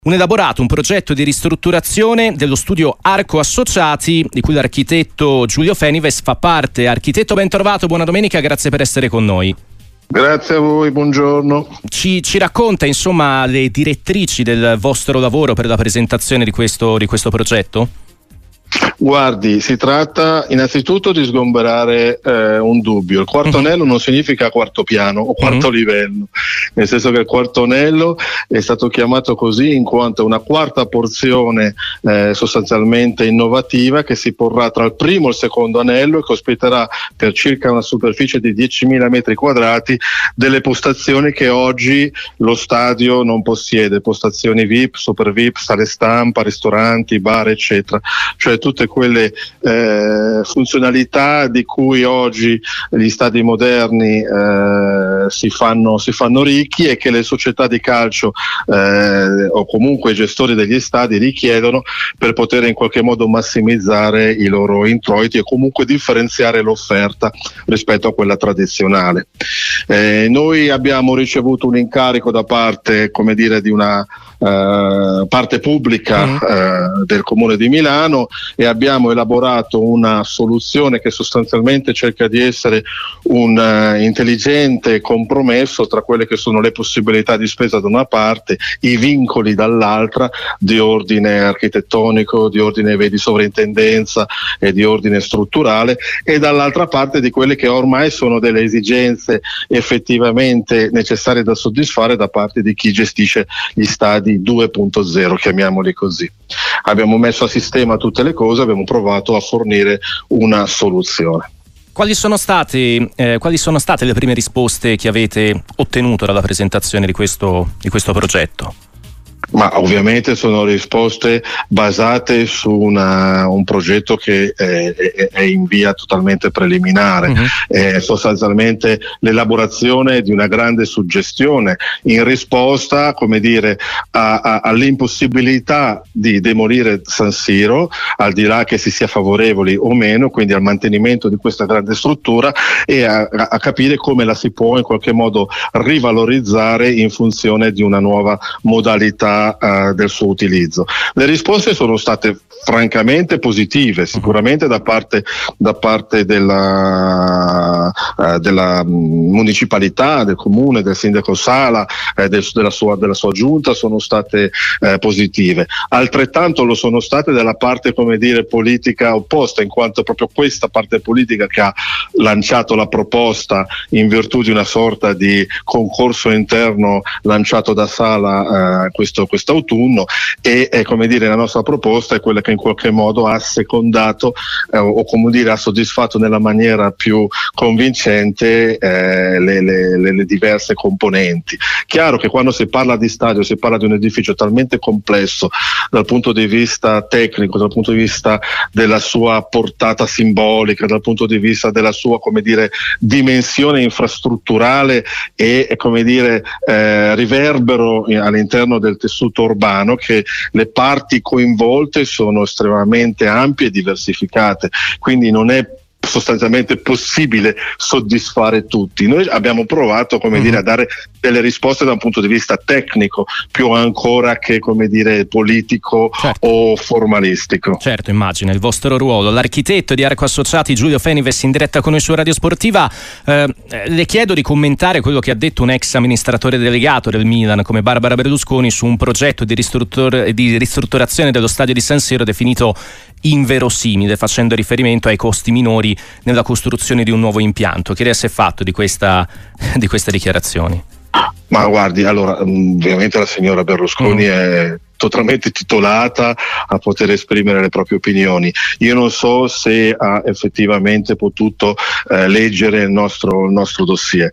Un elaborato, un progetto di ristrutturazione dello studio Arco Associati, di cui l'architetto Giulio Fenives fa parte. Architetto, ben trovato, buona domenica, grazie per essere con noi. Grazie a voi, buongiorno. Ci racconta insomma le direttrici del vostro lavoro per la presentazione di questo progetto? Guardi, si tratta innanzitutto di sgomberare un dubbio. Il quarto anello non significa quarto piano o quarto livello, nel senso che il quarto anello è stato chiamato così in quanto è una quarta porzione sostanzialmente innovativa che si porrà tra il primo e il secondo anello e che ospiterà per circa una superficie di 10.000 metri quadrati delle postazioni che oggi lo stadio non possiede, postazioni VIP, super VIP, sale stampa, ristoranti, bar eccetera, cioè tutte quelle funzionalità di cui oggi gli stadi moderni si fanno ricchi e che le società di calcio o comunque i gestori degli stadi richiedono per poter in qualche modo massimizzare i loro introiti e comunque differenziare l'offerta rispetto a quella tradizionale. Noi abbiamo ricevuto un incarico da parte, come dire, di una parte pubblica del Comune di Milano e abbiamo elaborato una soluzione che sostanzialmente cerca di essere un intelligente compromesso tra quelle che sono le possibilità di spesa da una parte, i vincoli dall'altra di ordine architettonico, di ordine di sovrintendenza e di ordine strutturale, e dall'altra parte di quelle che ormai sono delle esigenze effettivamente necessarie da soddisfare da parte di chi gestisce gli stadi 2.0, chiamiamoli così. Abbiamo messo a sistema tutte le cose, abbiamo provato a fornire una soluzione. Quali sono state le prime risposte che avete ottenuto dalla presentazione di questo progetto? Ma ovviamente sono risposte basate su un progetto che è in via totalmente preliminare, sostanzialmente l'elaborazione di una grande suggestione in risposta, come dire, all'impossibilità di demolire San Siro, al di là che si sia favorevoli o meno, quindi al mantenimento di questa grande struttura e a capire come la si può in qualche modo rivalorizzare in funzione di una nuova modalità del suo utilizzo. Le risposte sono state francamente positive, sicuramente da parte della municipalità, del comune, del sindaco Sala, della sua giunta sono state positive. Altrettanto lo sono state della parte, come dire, politica opposta, in quanto proprio questa parte politica che ha lanciato la proposta in virtù di una sorta di concorso interno lanciato da Sala quest'autunno e come dire, la nostra proposta è quella che in qualche modo ha secondato o come dire ha soddisfatto nella maniera più convincente le diverse componenti. Chiaro che quando si parla di stadio si parla di un edificio talmente complesso dal punto di vista tecnico, dal punto di vista della sua portata simbolica, dal punto di vista della sua, come dire, dimensione infrastrutturale e come dire riverbero all'interno del tessuto urbano, che le parti coinvolte sono estremamente ampie e diversificate, quindi non è sostanzialmente possibile soddisfare tutti. Noi abbiamo provato, come dire, a dare delle risposte da un punto di vista tecnico più ancora che, come dire, politico o formalistico. Certo, immagino il vostro ruolo. L'architetto di Arco Associati Giulio Fenives in diretta con noi su Radio Sportiva. Le chiedo di commentare quello che ha detto un ex amministratore delegato del Milan come Barbara Berlusconi su un progetto di ristrutturazione dello stadio di San Siro definito inverosimile, facendo riferimento ai costi minori nella costruzione di un nuovo impianto. Che idea si è fatto di queste dichiarazioni? Ma guardi, allora ovviamente la signora Berlusconi è totalmente titolata a poter esprimere le proprie opinioni. Io non so se ha effettivamente potuto leggere il nostro dossier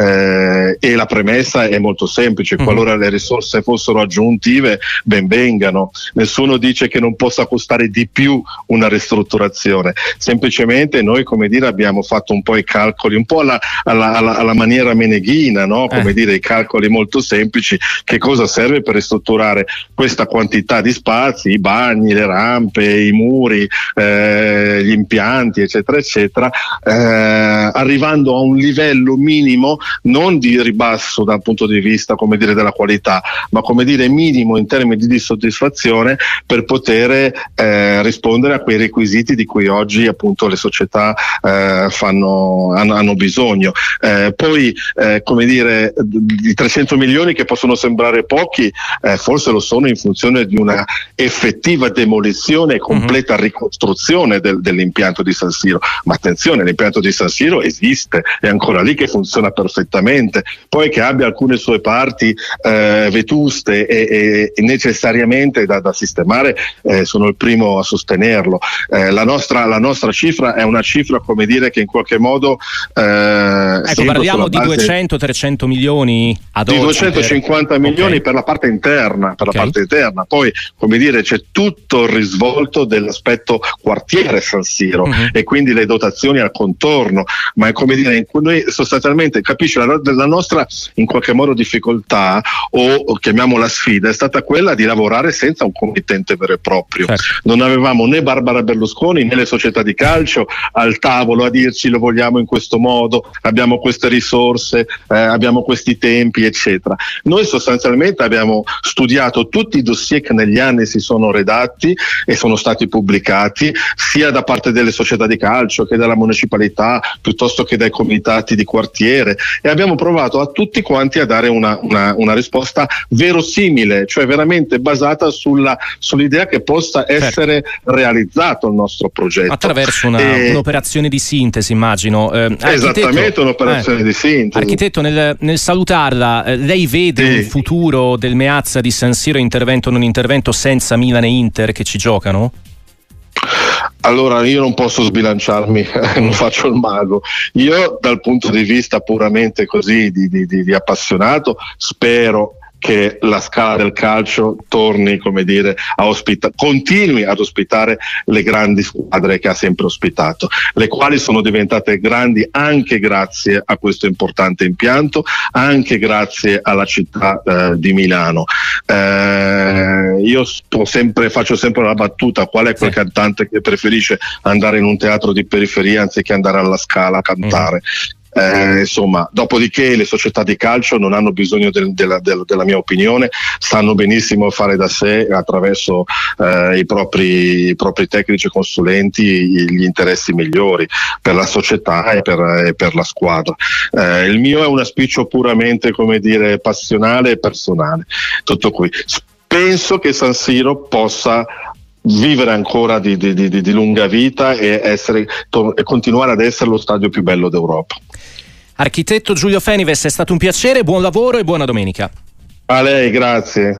e la premessa è molto semplice: qualora le risorse fossero aggiuntive, ben vengano. Nessuno dice che non possa costare di più una ristrutturazione, semplicemente noi, come dire, abbiamo fatto un po' i calcoli un po' alla maniera meneghina, no? Come dire, i calcoli molto semplici: che cosa serve per ristrutturare questa questa quantità di spazi, i bagni, le rampe, i muri, gli impianti, eccetera, eccetera, arrivando a un livello minimo non di ribasso dal punto di vista, come dire, della qualità, ma come dire minimo in termini di soddisfazione per poter rispondere a quei requisiti di cui oggi appunto le società hanno bisogno. Poi come dire, i 300 milioni che possono sembrare pochi, forse lo sono in funzione di una effettiva demolizione e completa ricostruzione dell'impianto di San Siro, ma attenzione, l'impianto di San Siro esiste, è ancora lì che funziona perfettamente. Poi che abbia alcune sue parti vetuste e necessariamente da sistemare, sono il primo a sostenerlo. La nostra cifra è una cifra, come dire, che in qualche modo parliamo di 200-300 milioni ad oggi, di 250 milioni per la parte interna, la parte interna. Poi, come dire, c'è tutto il risvolto dell'aspetto quartiere San Siro e quindi le dotazioni al contorno, ma è come dire, noi sostanzialmente, capisci, la nostra in qualche modo difficoltà, o chiamiamola sfida, è stata quella di lavorare senza un committente vero e proprio. Non avevamo né Barbara Berlusconi né le società di calcio al tavolo a dirci lo vogliamo in questo modo, abbiamo queste risorse, abbiamo questi tempi, eccetera. Noi sostanzialmente abbiamo studiato tutti i dossier che negli anni si sono redatti e sono stati pubblicati, sia da parte delle società di calcio che dalla municipalità, piuttosto che dai comitati di quartiere, e abbiamo provato a tutti quanti a dare una risposta verosimile, cioè veramente basata sull'idea che possa essere realizzato il nostro progetto. Attraverso un'operazione di sintesi, immagino. Esattamente, un'operazione di sintesi. Architetto, nel salutarla, lei vede un futuro del Meazza di San Siro, intervento o non intervento, senza Milan e Inter che ci giocano? Allora, io non posso sbilanciarmi, non faccio il mago. Io dal punto di vista puramente così di appassionato spero che la Scala del calcio torni, come dire, continui ad ospitare le grandi squadre che ha sempre ospitato, le quali sono diventate grandi anche grazie a questo importante impianto, anche grazie alla città di Milano. Io faccio sempre la battuta: qual è quel cantante che preferisce andare in un teatro di periferia anziché andare alla Scala a cantare? Insomma, dopodiché le società di calcio non hanno bisogno della mia opinione, sanno benissimo fare da sé attraverso i propri tecnici e consulenti gli interessi migliori per la società e per la squadra. Il mio è un auspicio puramente, come dire, passionale e personale. Tutto qui. Penso che San Siro possa vivere ancora di lunga vita e continuare ad essere lo stadio più bello d'Europa. Architetto Giulio Fenives, è stato un piacere, buon lavoro e buona domenica. A lei, grazie.